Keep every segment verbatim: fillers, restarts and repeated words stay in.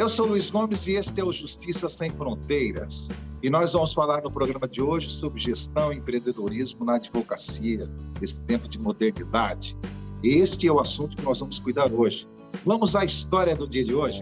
Eu sou Luiz Gomes e este é o Justiça Sem Fronteiras. E nós vamos falar no programa de hoje sobre gestão e empreendedorismo na advocacia, nesse tempo de modernidade. Este é o assunto que nós vamos cuidar hoje. Vamos à história do dia de hoje?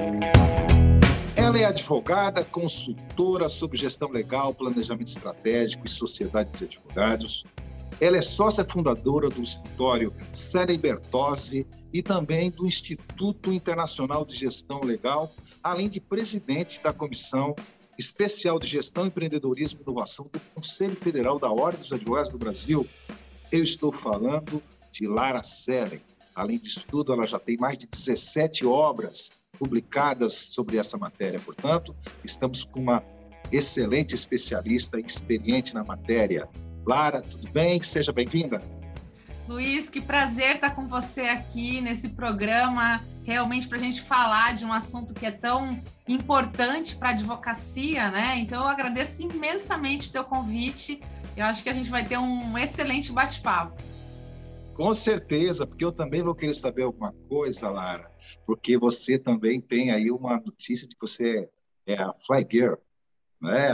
Ela é advogada, consultora sobre gestão legal, planejamento estratégico e sociedade de advogados. Ela é sócia fundadora do escritório Celi Bertozzi e também do Instituto Internacional de Gestão Legal, além de presidente da Comissão Especial de Gestão, Empreendedorismo e Inovação do Conselho Federal da Ordem dos Advogados do Brasil. Eu estou falando de Lara Celi. Além disso tudo, ela já tem mais de dezessete obras publicadas sobre essa matéria. Portanto, estamos com uma excelente especialista e experiente na matéria. Lara, tudo bem? Seja bem-vinda. Luiz, que prazer estar com você aqui nesse programa, realmente para a gente falar de um assunto que é tão importante para a advocacia, né? Então, eu agradeço imensamente o teu convite. Eu acho que a gente vai ter um excelente bate-papo. Com certeza, porque eu também vou querer saber alguma coisa, Lara, porque você também tem aí uma notícia de que você é a Fly Girl, né?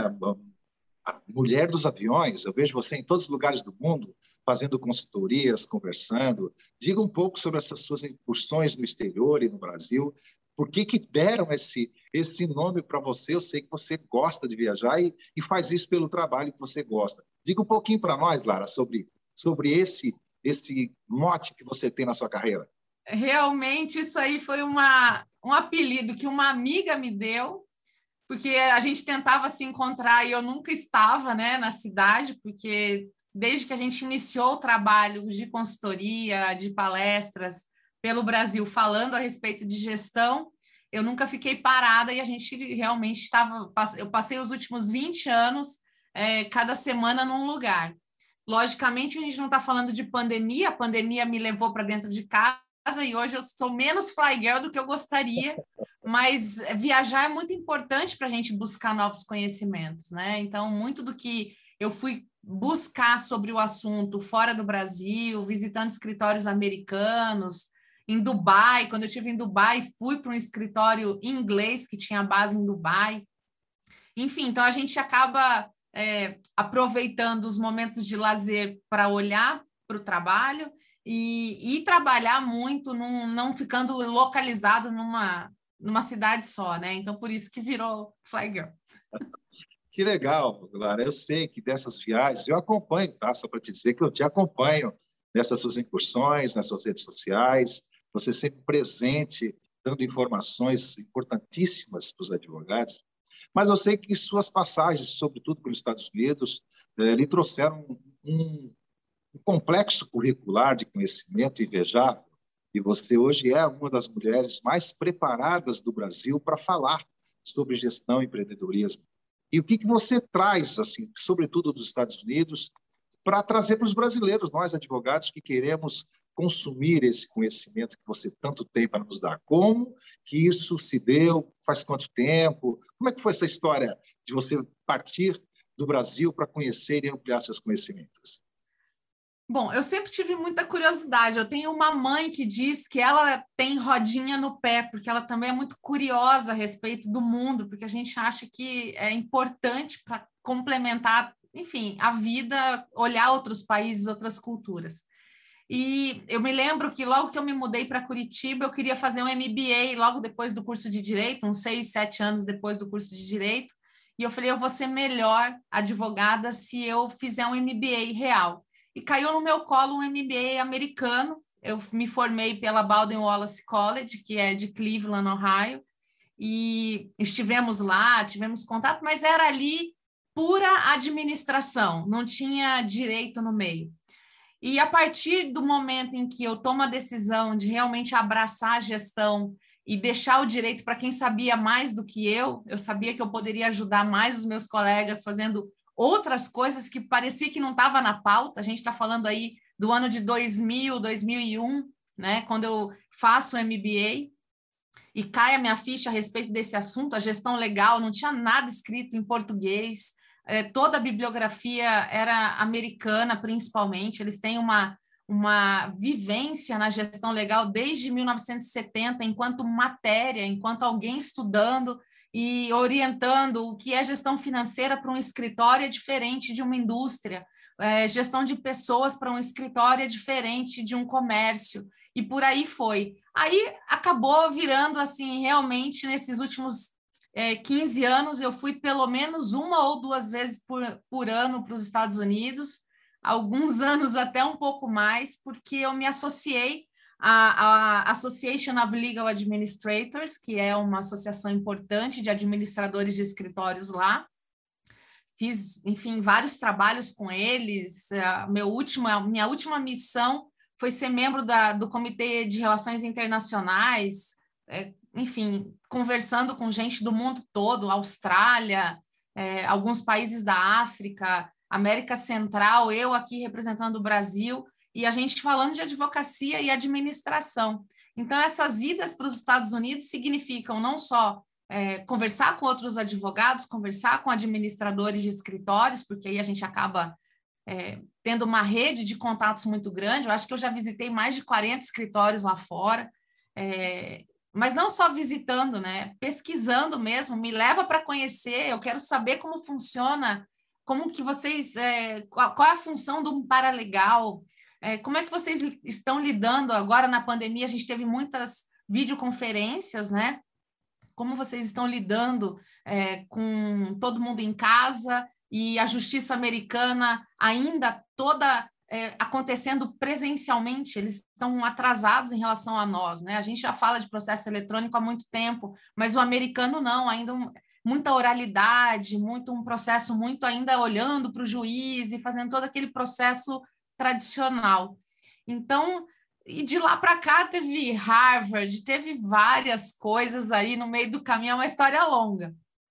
A mulher dos aviões. Eu vejo você em todos os lugares do mundo, fazendo consultorias, conversando. Diga um pouco sobre essas suas incursões no exterior e no Brasil. Por que que deram esse, esse nome para você? Eu sei que você gosta de viajar e, e faz isso pelo trabalho que você gosta. Diga um pouquinho para nós, Lara, sobre, sobre esse, esse mote que você tem na sua carreira. Realmente, isso aí foi uma, um apelido que uma amiga me deu, porque a gente tentava se encontrar e eu nunca estava, né, na cidade, porque desde que a gente iniciou o trabalho de consultoria, de palestras pelo Brasil, falando a respeito de gestão, eu nunca fiquei parada e a gente realmente estava... Eu passei os últimos vinte anos, é, cada semana num lugar. Logicamente, a gente não está falando de pandemia, a pandemia me levou para dentro de casa, e hoje eu sou menos fly girl do que eu gostaria, mas viajar é muito importante para a gente buscar novos conhecimentos, né? Então, muito do que eu fui buscar sobre o assunto fora do Brasil, visitando escritórios americanos, em Dubai, quando eu estive em Dubai, fui para um escritório inglês que tinha base em Dubai. Enfim, então a gente acaba é, aproveitando os momentos de lazer para olhar para o trabalho, E, e trabalhar muito, num, não ficando localizado numa, numa cidade só, né? Então, por isso que virou Fly Girl. Que legal, Lara. Eu sei que dessas viagens, eu acompanho, tá? Só para te dizer que eu te acompanho nessas suas incursões, nas suas redes sociais, você sempre presente, dando informações importantíssimas para os advogados. Mas eu sei que suas passagens, sobretudo pelos Estados Unidos, eh, lhe trouxeram um um complexo curricular de conhecimento invejável, e você hoje é uma das mulheres mais preparadas do Brasil para falar sobre gestão e empreendedorismo. E o que, que você traz, assim, sobretudo dos Estados Unidos, para trazer para os brasileiros, nós advogados que queremos consumir esse conhecimento que você tanto tem para nos dar? Como que isso se deu? Faz quanto tempo? Como é que foi essa história de você partir do Brasil para conhecer e ampliar seus conhecimentos? Bom, eu sempre tive muita curiosidade. Eu tenho uma mãe que diz que ela tem rodinha no pé, porque ela também é muito curiosa a respeito do mundo, porque a gente acha que é importante para complementar, enfim, a vida, olhar outros países, outras culturas. E eu me lembro que logo que eu me mudei para Curitiba, eu queria fazer um M B A logo depois do curso de Direito, uns seis, sete anos depois do curso de Direito, e eu falei, eu vou ser melhor advogada se eu fizer um M B A real. E caiu no meu colo um M B A americano. Eu me formei pela Baldwin Wallace College, que é de Cleveland, Ohio, e estivemos lá, tivemos contato, mas era ali pura administração, não tinha direito no meio. E a partir do momento em que eu tomo a decisão de realmente abraçar a gestão e deixar o direito para quem sabia mais do que eu, eu sabia que eu poderia ajudar mais os meus colegas fazendo outras coisas que parecia que não estava na pauta. A gente está falando aí do ano de dois mil, dois mil e um, né, quando eu faço o M B A e cai a minha ficha a respeito desse assunto, a gestão legal, não tinha nada escrito em português, é, toda a bibliografia era americana, principalmente, eles têm uma, uma vivência na gestão legal desde mil novecentos e setenta, enquanto matéria, enquanto alguém estudando e orientando o que é gestão financeira para um escritório é diferente de uma indústria, é, gestão de pessoas para um escritório é diferente de um comércio, e por aí foi. Aí acabou virando, assim, realmente, nesses últimos é, quinze anos, eu fui pelo menos uma ou duas vezes por, por ano para os Estados Unidos, alguns anos até um pouco mais, porque eu me associei à, à Association of Legal Administrators, que é uma associação importante de administradores de escritórios lá. Fiz, enfim, vários trabalhos com eles. Meu último, minha última missão foi ser membro da, do Comitê de Relações Internacionais, é, enfim, conversando com gente do mundo todo, Austrália, é, alguns países da África, América Central, eu aqui representando o Brasil, e a gente falando de advocacia e administração. Então, essas idas para os Estados Unidos significam não só é, conversar com outros advogados, conversar com administradores de escritórios, porque aí a gente acaba é, tendo uma rede de contatos muito grande. Eu acho que eu já visitei mais de quarenta escritórios lá fora, é, mas não só visitando, né? Pesquisando mesmo, me leva para conhecer, eu quero saber como funciona. Como que vocês, é, qual, qual é a função de um paralegal? É, como é que vocês estão lidando agora na pandemia? A gente teve muitas videoconferências, né? Como vocês estão lidando é, com todo mundo em casa e a justiça americana ainda toda é, acontecendo presencialmente? Eles estão atrasados em relação a nós, né? A gente já fala de processo eletrônico há muito tempo, mas o americano não, ainda um, muita oralidade, muito um processo muito ainda olhando para o juiz e fazendo todo aquele processo tradicional. Então, e de lá para cá teve Harvard, teve várias coisas aí no meio do caminho, é uma história longa.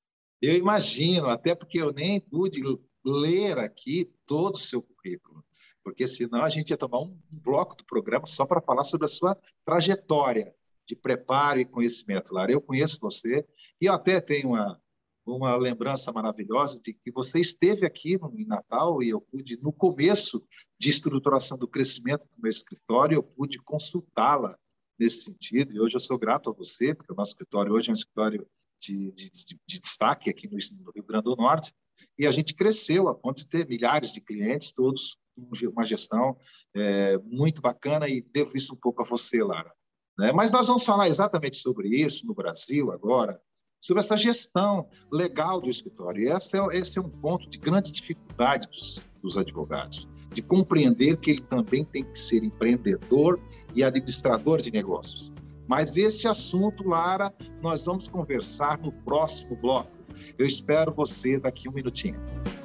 Eu imagino, até porque eu nem pude ler aqui todo o seu currículo, porque senão a gente ia tomar um bloco do programa só para falar sobre a sua trajetória de preparo e conhecimento, Lara. Eu conheço você e eu até tenho uma, uma lembrança maravilhosa de que você esteve aqui no, em Natal e eu pude, no começo de estruturação do crescimento do meu escritório, eu pude consultá-la nesse sentido, e hoje eu sou grato a você, porque o nosso escritório hoje é um escritório de, de, de, de destaque aqui no, no Rio Grande do Norte, e a gente cresceu a ponto de ter milhares de clientes, todos com uma gestão é, muito bacana, e devo isso um pouco a você, Lara. Né? Mas nós vamos falar exatamente sobre isso no Brasil agora, sobre essa gestão legal do escritório. E esse é, esse é um ponto de grande dificuldade dos, dos advogados, de compreender que ele também tem que ser empreendedor e administrador de negócios. Mas esse assunto, Lara, nós vamos conversar no próximo bloco. Eu espero você daqui um minutinho.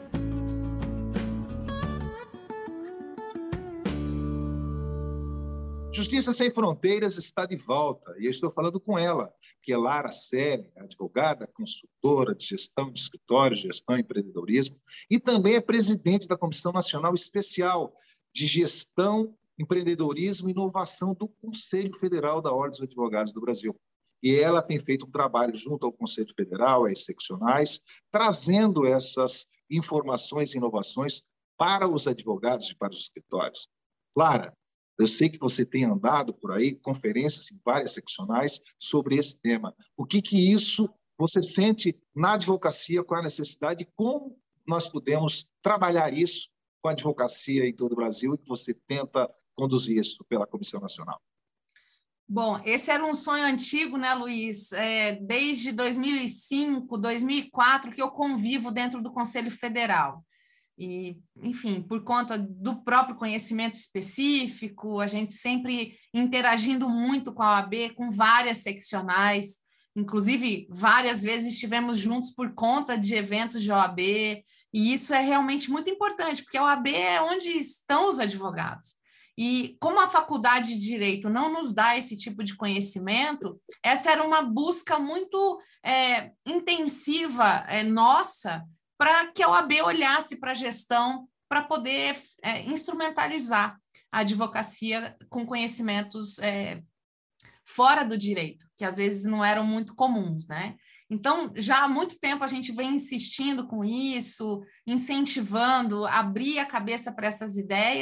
Justiça Sem Fronteiras está de volta e eu estou falando com ela, que é Lara Selle, advogada, consultora de gestão de escritórios, gestão e empreendedorismo, e também é presidente da Comissão Nacional Especial de Gestão, Empreendedorismo e Inovação do Conselho Federal da Ordem dos Advogados do Brasil. E ela tem feito um trabalho junto ao Conselho Federal, às seccionais, trazendo essas informações e inovações para os advogados e para os escritórios. Lara, eu sei que você tem andado por aí, conferências em várias seccionais sobre esse tema. O que que isso você sente na advocacia, qual a necessidade e como nós podemos trabalhar isso com a advocacia em todo o Brasil e que você tenta conduzir isso pela Comissão Nacional? Bom, esse era um sonho antigo, né, Luiz? É, desde dois mil e cinco, dois mil e quatro que eu convivo dentro do Conselho Federal. E, enfim, por conta do próprio conhecimento específico, a gente sempre interagindo muito com a O A B, com várias seccionais, inclusive várias vezes estivemos juntos por conta de eventos de O A B, e isso é realmente muito importante, porque a O A B é onde estão os advogados. E como a faculdade de Direito não nos dá esse tipo de conhecimento, essa era uma busca muito é, intensiva é, nossa, para que a O A B olhasse para a gestão, para poder é, instrumentalizar a advocacia com conhecimentos é, fora do direito, que às vezes não eram muito comuns, né? Então, já há muito tempo a gente vem insistindo com isso, incentivando, abrir a cabeça para essas ideias,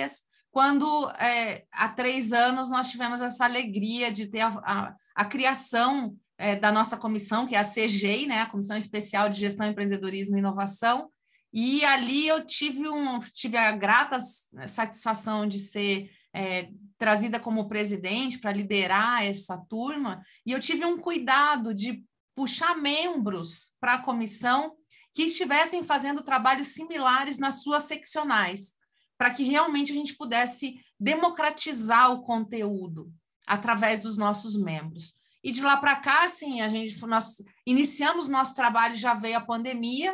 quando é, há três anos nós tivemos essa alegria de ter a, a, a criação é, da nossa comissão, que é a C G I, né, a Comissão Especial de Gestão, Empreendedorismo e Inovação, e ali eu tive, um, tive a grata satisfação de ser é, trazida como presidente para liderar essa turma, e eu tive um cuidado de puxar membros para a comissão que estivessem fazendo trabalhos similares nas suas seccionais, para que realmente a gente pudesse democratizar o conteúdo através dos nossos membros. E de lá para cá, assim, a gente, nós iniciamos nosso trabalho, já veio a pandemia,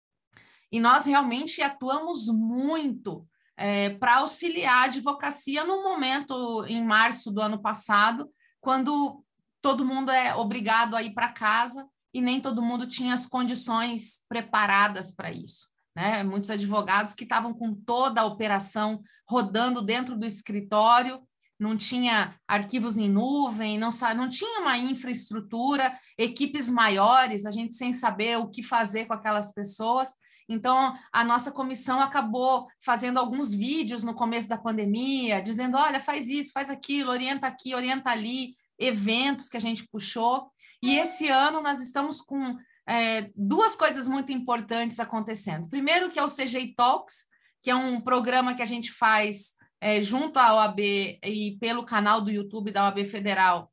e nós realmente atuamos muito é, para auxiliar a advocacia no momento, em março do ano passado, quando todo mundo é obrigado a ir para casa e nem todo mundo tinha as condições preparadas para isso. Né? Muitos advogados que estavam com toda a operação rodando dentro do escritório, não tinha arquivos em nuvem, não, não tinha uma infraestrutura, equipes maiores, a gente sem saber o que fazer com aquelas pessoas. Então, a nossa comissão acabou fazendo alguns vídeos no começo da pandemia, dizendo, olha, faz isso, faz aquilo, orienta aqui, orienta ali, eventos que a gente puxou. E esse ano nós estamos com é, duas coisas muito importantes acontecendo. Primeiro, que é o C G I Talks, que é um programa que a gente faz é, junto à O A B e pelo canal do YouTube da O A B Federal.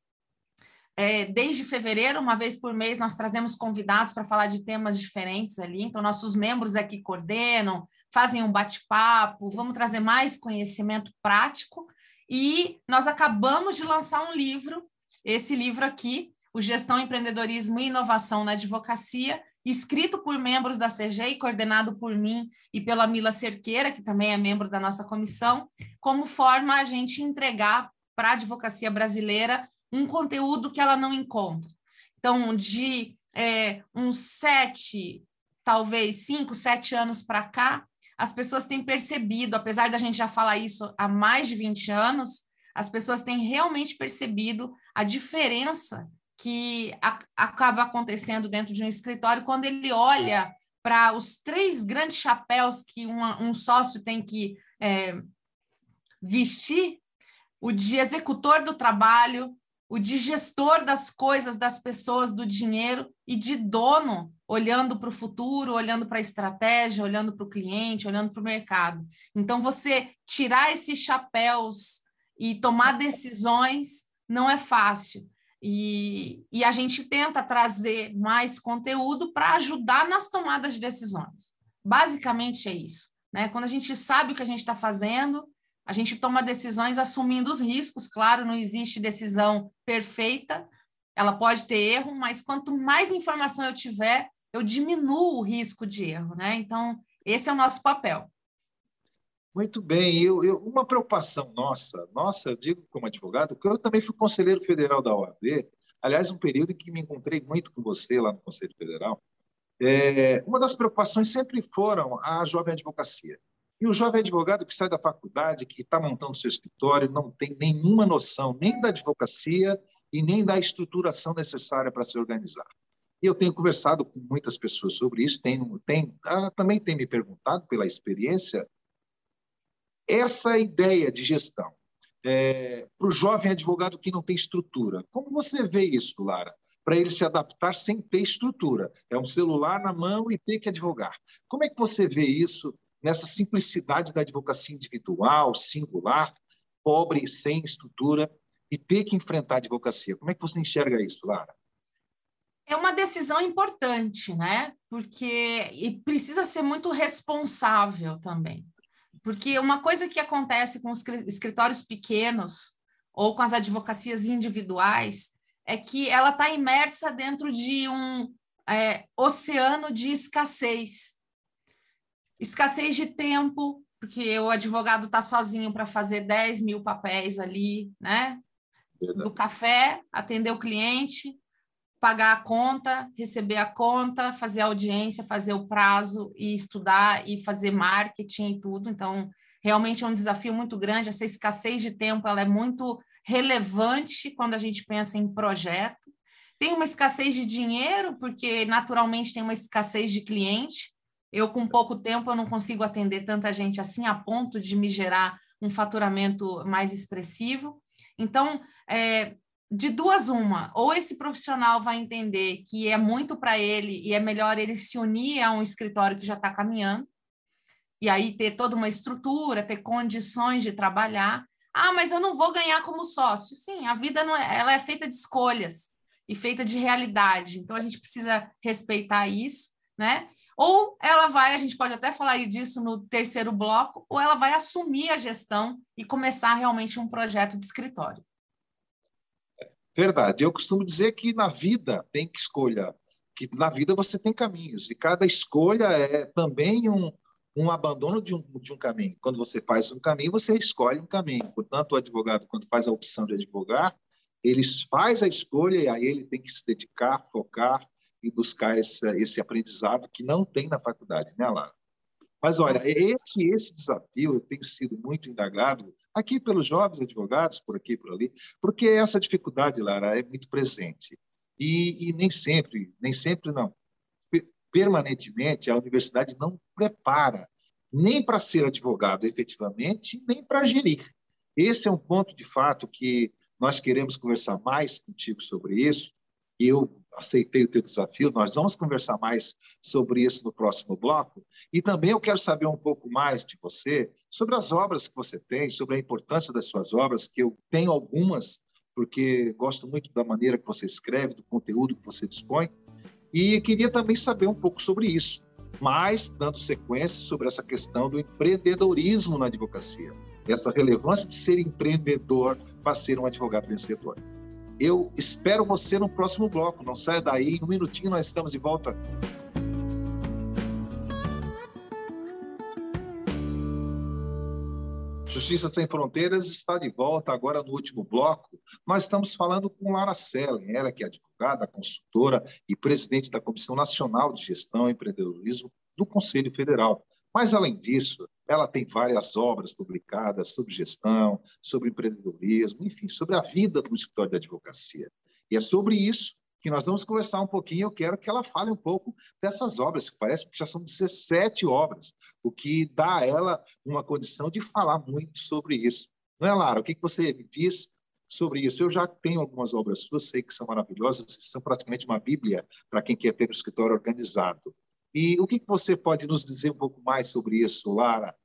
É, desde fevereiro, uma vez por mês, nós trazemos convidados para falar de temas diferentes ali. Então, nossos membros aqui coordenam, fazem um bate-papo, vamos trazer mais conhecimento prático. E nós acabamos de lançar um livro, esse livro aqui, o Gestão, Empreendedorismo e Inovação na Advocacia, escrito por membros da C G I, coordenado por mim e pela Mila Cerqueira, que também é membro da nossa comissão, como forma a gente entregar para a advocacia brasileira um conteúdo que ela não encontra. Então, de é, uns sete, talvez cinco, sete anos para cá, as pessoas têm percebido, apesar da gente já falar isso há mais de vinte anos, as pessoas têm realmente percebido a diferença que a, acaba acontecendo dentro de um escritório quando ele olha para os três grandes chapéus que uma, um sócio tem que é, vestir, o de executor do trabalho, o de gestor das coisas, das pessoas, do dinheiro, e de dono, olhando para o futuro, olhando para a estratégia, olhando para o cliente, olhando para o mercado. Então, você tirar esses chapéus e tomar decisões não é fácil. E, e a gente tenta trazer mais conteúdo para ajudar nas tomadas de decisões. Basicamente é isso, né? Quando a gente sabe o que a gente está fazendo, a gente toma decisões assumindo os riscos, claro, não existe decisão perfeita, ela pode ter erro, mas quanto mais informação eu tiver, eu diminuo o risco de erro, né? Então, esse é o nosso papel. Muito bem. Eu, eu, uma preocupação nossa, nossa, eu digo como advogado, porque eu também fui conselheiro federal da O A B, aliás, um período em que me encontrei muito com você lá no Conselho Federal. É, uma das preocupações sempre foram a jovem advocacia. E o jovem advogado que sai da faculdade, que está montando seu escritório, não tem nenhuma noção nem da advocacia e nem da estruturação necessária para se organizar. E eu tenho conversado com muitas pessoas sobre isso, tenho, tenho, ah, também tem me perguntado pela experiência, essa ideia de gestão é, para o jovem advogado que não tem estrutura. Como você vê isso, Lara? Para ele se adaptar sem ter estrutura. É um celular na mão e ter que advogar. Como é que você vê isso nessa simplicidade da advocacia individual, singular, pobre, sem estrutura, e ter que enfrentar a advocacia? Como é que você enxerga isso, Lara? É uma decisão importante, né? Porque e precisa ser muito responsável também. Porque uma coisa que acontece com os escritórios pequenos ou com as advocacias individuais é que ela está imersa dentro de um é, oceano de escassez. Escassez de tempo, porque o advogado está sozinho para fazer dez mil papéis ali, né? Do café, atender o cliente, pagar a conta, receber a conta, fazer a audiência, fazer o prazo e estudar e fazer marketing e tudo. Então, realmente é um desafio muito grande. Essa escassez de tempo ela é muito relevante quando a gente pensa em projeto. Tem uma escassez de dinheiro, porque naturalmente tem uma escassez de cliente. Eu, com pouco tempo, eu não consigo atender tanta gente assim, a ponto de me gerar um faturamento mais expressivo. Então, é, de duas uma, ou esse profissional vai entender que é muito para ele e é melhor ele se unir a um escritório que já está caminhando, e aí ter toda uma estrutura, ter condições de trabalhar. Ah, mas eu não vou ganhar como sócio. Sim, a vida não é, ela é feita de escolhas e feita de realidade. Então, a gente precisa respeitar isso, né? Ou ela vai, a gente pode até falar disso no terceiro bloco, ou ela vai assumir a gestão e começar realmente um projeto de escritório. Verdade. Eu costumo dizer que na vida tem que escolha, que na vida você tem caminhos, e cada escolha é também um, um abandono de um, de um caminho. Quando você faz um caminho, você escolhe um caminho. Portanto, o advogado, quando faz a opção de advogar, ele faz a escolha e aí ele tem que se dedicar, focar e buscar esse, esse aprendizado que não tem na faculdade, né, Lara? Mas, olha, esse, esse desafio eu tenho sido muito indagado aqui pelos jovens advogados, por aqui e por ali, porque essa dificuldade, Lara, é muito presente. E, e nem sempre, nem sempre não, permanentemente a universidade não prepara nem para ser advogado efetivamente, nem para gerir. Esse é um ponto, de fato, que nós queremos conversar mais contigo sobre isso. Eu aceitei o teu desafio, nós vamos conversar mais sobre isso no próximo bloco. E também eu quero saber um pouco mais de você, sobre as obras que você tem, sobre a importância das suas obras, que eu tenho algumas, porque gosto muito da maneira que você escreve, do conteúdo que você dispõe, e queria também saber um pouco sobre isso, mas dando sequência sobre essa questão do empreendedorismo na advocacia, essa relevância de ser empreendedor para ser um advogado vencedor. Eu espero você no próximo bloco. Não saia daí. Um minutinho, nós estamos de volta. Justiça Sem Fronteiras está de volta agora no último bloco. Nós estamos falando com Lara Sellen, ela que é advogada, consultora e presidente da Comissão Nacional de Gestão e Empreendedorismo do Conselho Federal. Mas, além disso, ela tem várias obras publicadas sobre gestão, sobre empreendedorismo, enfim, sobre a vida do escritório da advocacia. E é sobre isso que nós vamos conversar um pouquinho. Eu quero que ela fale um pouco dessas obras, que parece que já são dezessete obras, o que dá a ela uma condição de falar muito sobre isso. Não é, Lara? O que você me diz sobre isso? Eu já tenho algumas obras suas, sei que são maravilhosas, são praticamente uma bíblia para quem quer ter um escritório organizado. E o que você pode nos dizer um pouco mais sobre isso, Lara?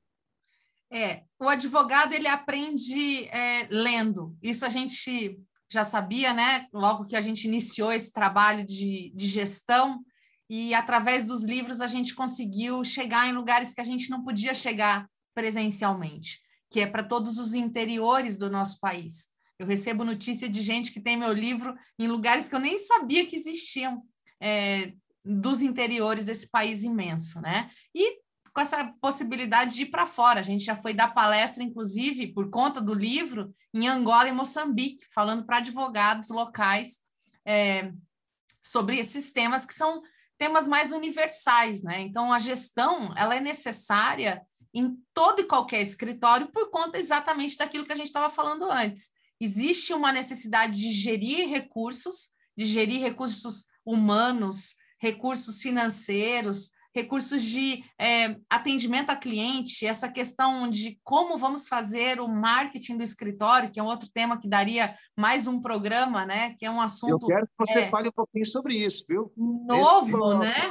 É, o advogado, ele aprende é, lendo. Isso a gente já sabia, né? Logo que a gente iniciou esse trabalho de, de gestão, e através dos livros a gente conseguiu chegar em lugares que a gente não podia chegar presencialmente, que é para todos os interiores do nosso país. Eu recebo notícia de gente que tem meu livro em lugares que eu nem sabia que existiam, é, dos interiores desse país imenso, né? E com essa possibilidade de ir para fora. A gente já foi dar palestra, inclusive, por conta do livro, em Angola e Moçambique, falando para advogados locais é, sobre esses temas, que são temas mais universais, né? Então, a gestão, ela é necessária em todo e qualquer escritório por conta exatamente daquilo que a gente estava falando antes. Existe uma necessidade de gerir recursos, de gerir recursos humanos, recursos financeiros, recursos de é, atendimento a cliente, essa questão de como vamos fazer o marketing do escritório, que é um outro tema que daria mais um programa, né? Que é um assunto... Eu quero que você é, fale um pouquinho sobre isso, viu? Novo, né?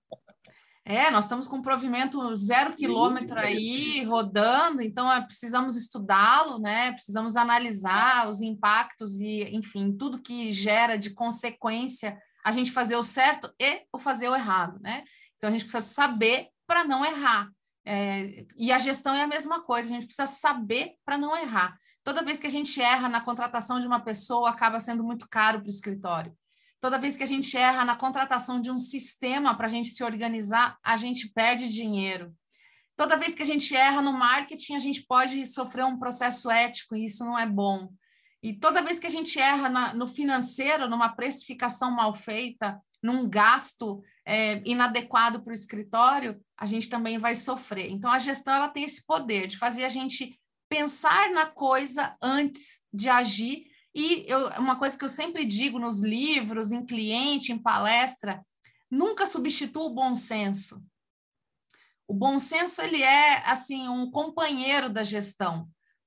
É, nós estamos com um provimento zero quilômetro aí, rodando, então é, precisamos estudá-lo, né? Precisamos analisar os impactos e, enfim, tudo que gera de consequência a gente fazer o certo e o fazer o errado, né? Então, a gente precisa saber para não errar. É, e a gestão é a mesma coisa, a gente precisa saber para não errar. Toda vez que a gente erra na contratação de uma pessoa, acaba sendo muito caro para o escritório. Toda vez que a gente erra na contratação de um sistema para a gente se organizar, a gente perde dinheiro. Toda vez que a gente erra no marketing, a gente pode sofrer um processo ético, e isso não é bom. E toda vez que a gente erra na, no financeiro, numa precificação mal feita, num gasto é, inadequado para o escritório, a gente também vai sofrer. Então, a gestão, ela tem esse poder de fazer a gente pensar na coisa antes de agir. E eu, uma coisa que eu sempre digo nos livros, em cliente, em palestra, nunca substitua o bom senso. O bom senso, ele é, assim, um companheiro da gestão,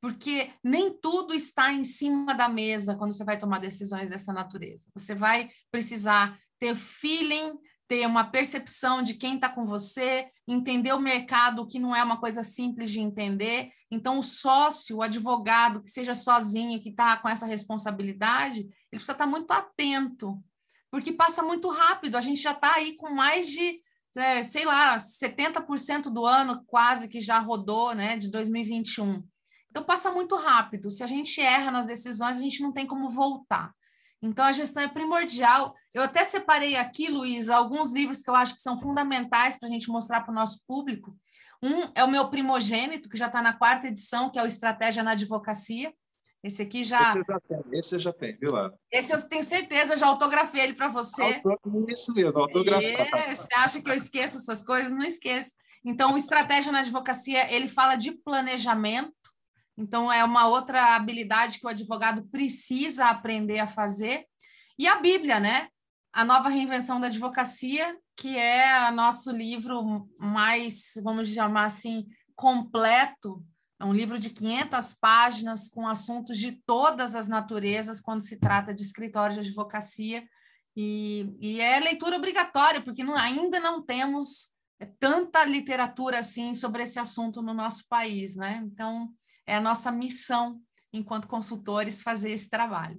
porque nem tudo está em cima da mesa quando você vai tomar decisões dessa natureza. Você vai precisar ter feeling, ter uma percepção de quem está com você, entender o mercado, que não é uma coisa simples de entender. Então, o sócio, o advogado, que seja sozinho, que está com essa responsabilidade, ele precisa estar muito atento, porque passa muito rápido. A gente já está aí com mais de, é, sei lá, setenta por cento do ano quase que já rodou, né, de dois mil e vinte e um. Então, passa muito rápido. Se a gente erra nas decisões, a gente não tem como voltar. Então, a gestão é primordial. Eu até separei aqui, Luiz, alguns livros que eu acho que são fundamentais para a gente mostrar para o nosso público. Um é o meu primogênito, que já está na quarta edição, que é o Estratégia na Advocacia. Esse aqui já... Esse já tem, esse já tem, viu, Lara? Esse eu tenho certeza, eu já autografei ele para você. Isso mesmo, autografado. É, você acha que eu esqueço essas coisas? Não esqueço. Então, o Estratégia na Advocacia, ele fala de planejamento. Então, é uma outra habilidade que o advogado precisa aprender a fazer. E a Bíblia, né? A Nova Reinvenção da Advocacia, que é o nosso livro mais, vamos chamar assim, completo. É um livro de quinhentas páginas com assuntos de todas as naturezas quando se trata de escritório de advocacia. E, e é leitura obrigatória, porque não, ainda não temos tanta literatura assim sobre esse assunto no nosso país, né? Então, é a nossa missão, enquanto consultores, fazer esse trabalho.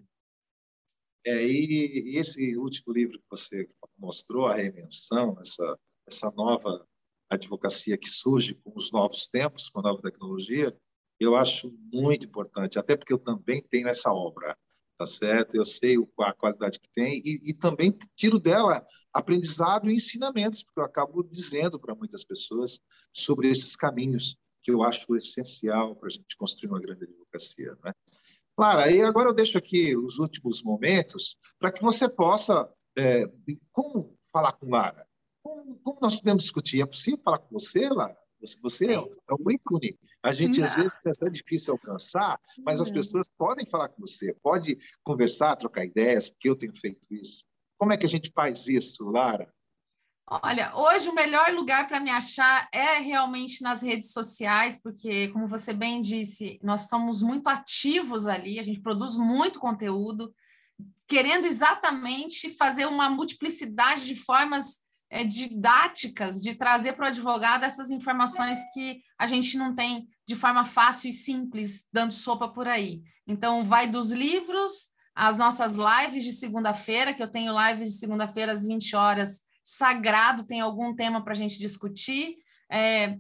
É, e, e esse último livro que você mostrou, A Reinvenção, essa, essa nova advocacia que surge com os novos tempos, com a nova tecnologia, eu acho muito importante, até porque eu também tenho essa obra, tá certo? Eu sei a qualidade que tem e, e também tiro dela aprendizado e ensinamentos, porque eu acabo dizendo para muitas pessoas sobre esses caminhos que eu acho essencial para a gente construir uma grande advocacia, né? Clara, e agora eu deixo aqui os últimos momentos para que você possa... É, como falar com Lara? Como, como nós podemos discutir? É possível falar com você, Lara? Você, você é um ícone. A gente, Não. às vezes, é difícil alcançar, mas as pessoas podem falar com você, pode conversar, trocar ideias, porque eu tenho feito isso. Como é que a gente faz isso, Lara? Olha, hoje o melhor lugar para me achar é realmente nas redes sociais, porque, como você bem disse, nós somos muito ativos ali, a gente produz muito conteúdo, querendo exatamente fazer uma multiplicidade de formas é, didáticas de trazer para o advogado essas informações que a gente não tem de forma fácil e simples, dando sopa por aí. Então, vai dos livros, às nossas lives de segunda-feira, que eu tenho lives de segunda-feira às vinte horas, sagrado, tem algum tema para a gente discutir, é,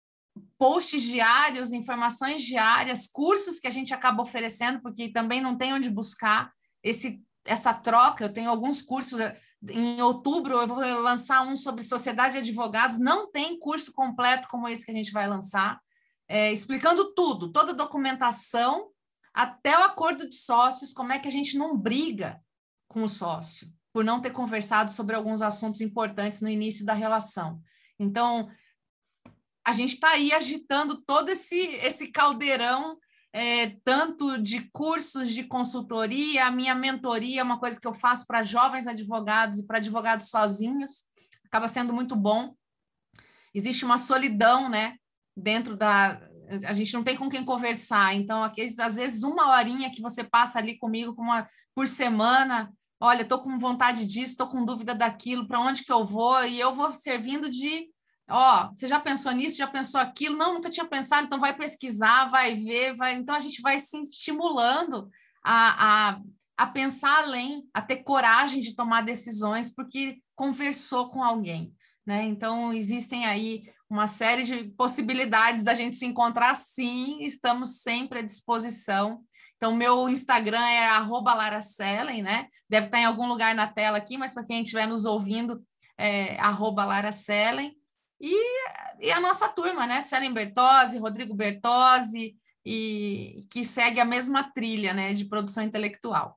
posts diários, informações diárias, cursos que a gente acaba oferecendo, porque também não tem onde buscar esse, essa troca. Eu tenho alguns cursos, em outubro eu vou lançar um sobre sociedade de advogados, não tem curso completo como esse que a gente vai lançar, é, explicando tudo, toda a documentação, até o acordo de sócios, como é que a gente não briga com o sócio, por não ter conversado sobre alguns assuntos importantes no início da relação. Então, a gente está aí agitando todo esse, esse caldeirão, é, tanto de cursos de consultoria, a minha mentoria é uma coisa que eu faço para jovens advogados e para advogados sozinhos, acaba sendo muito bom. Existe uma solidão, né, dentro da... A gente não tem com quem conversar, então, aqueles, às vezes, uma horinha que você passa ali comigo uma, por semana... Olha, estou com vontade disso, estou com dúvida daquilo, para onde que eu vou? E eu vou servindo de, ó, você já pensou nisso, já pensou aquilo? Não, nunca tinha pensado, então vai pesquisar, vai ver, vai... Então a gente vai se estimulando a, a, a pensar além, a ter coragem de tomar decisões, porque conversou com alguém, né? Então existem aí uma série de possibilidades da gente se encontrar, sim, estamos sempre à disposição. Então, meu Instagram é arroba Lara Sellen, né? Deve estar em algum lugar na tela aqui, mas para quem estiver nos ouvindo, é arroba Lara Sellen. E, e a nossa turma, né? Sellen Bertozzi, Rodrigo Bertozzi, e que segue a mesma trilha, né, de produção intelectual.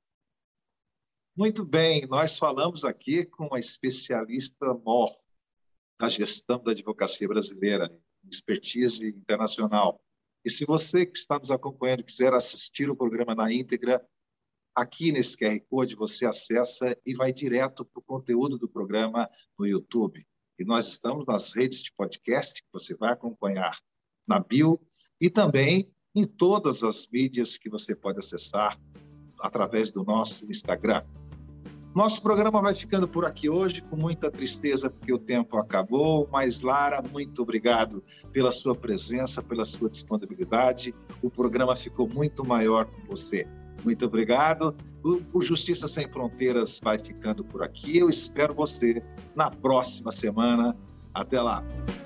Muito bem, nós falamos aqui com a especialista maior da gestão da advocacia brasileira, expertise internacional. E se você que está nos acompanhando quiser assistir o programa na íntegra, aqui nesse Q R Code você acessa e vai direto para o conteúdo do programa no YouTube. E nós estamos nas redes de podcast, que você vai acompanhar na bio, e também em todas as mídias que você pode acessar através do nosso Instagram. Nosso programa vai ficando por aqui hoje, com muita tristeza, porque o tempo acabou, mas Lara, muito obrigado pela sua presença, pela sua disponibilidade. O programa ficou muito maior com você. Muito obrigado. O Justiça Sem Fronteiras vai ficando por aqui. Eu espero você na próxima semana. Até lá.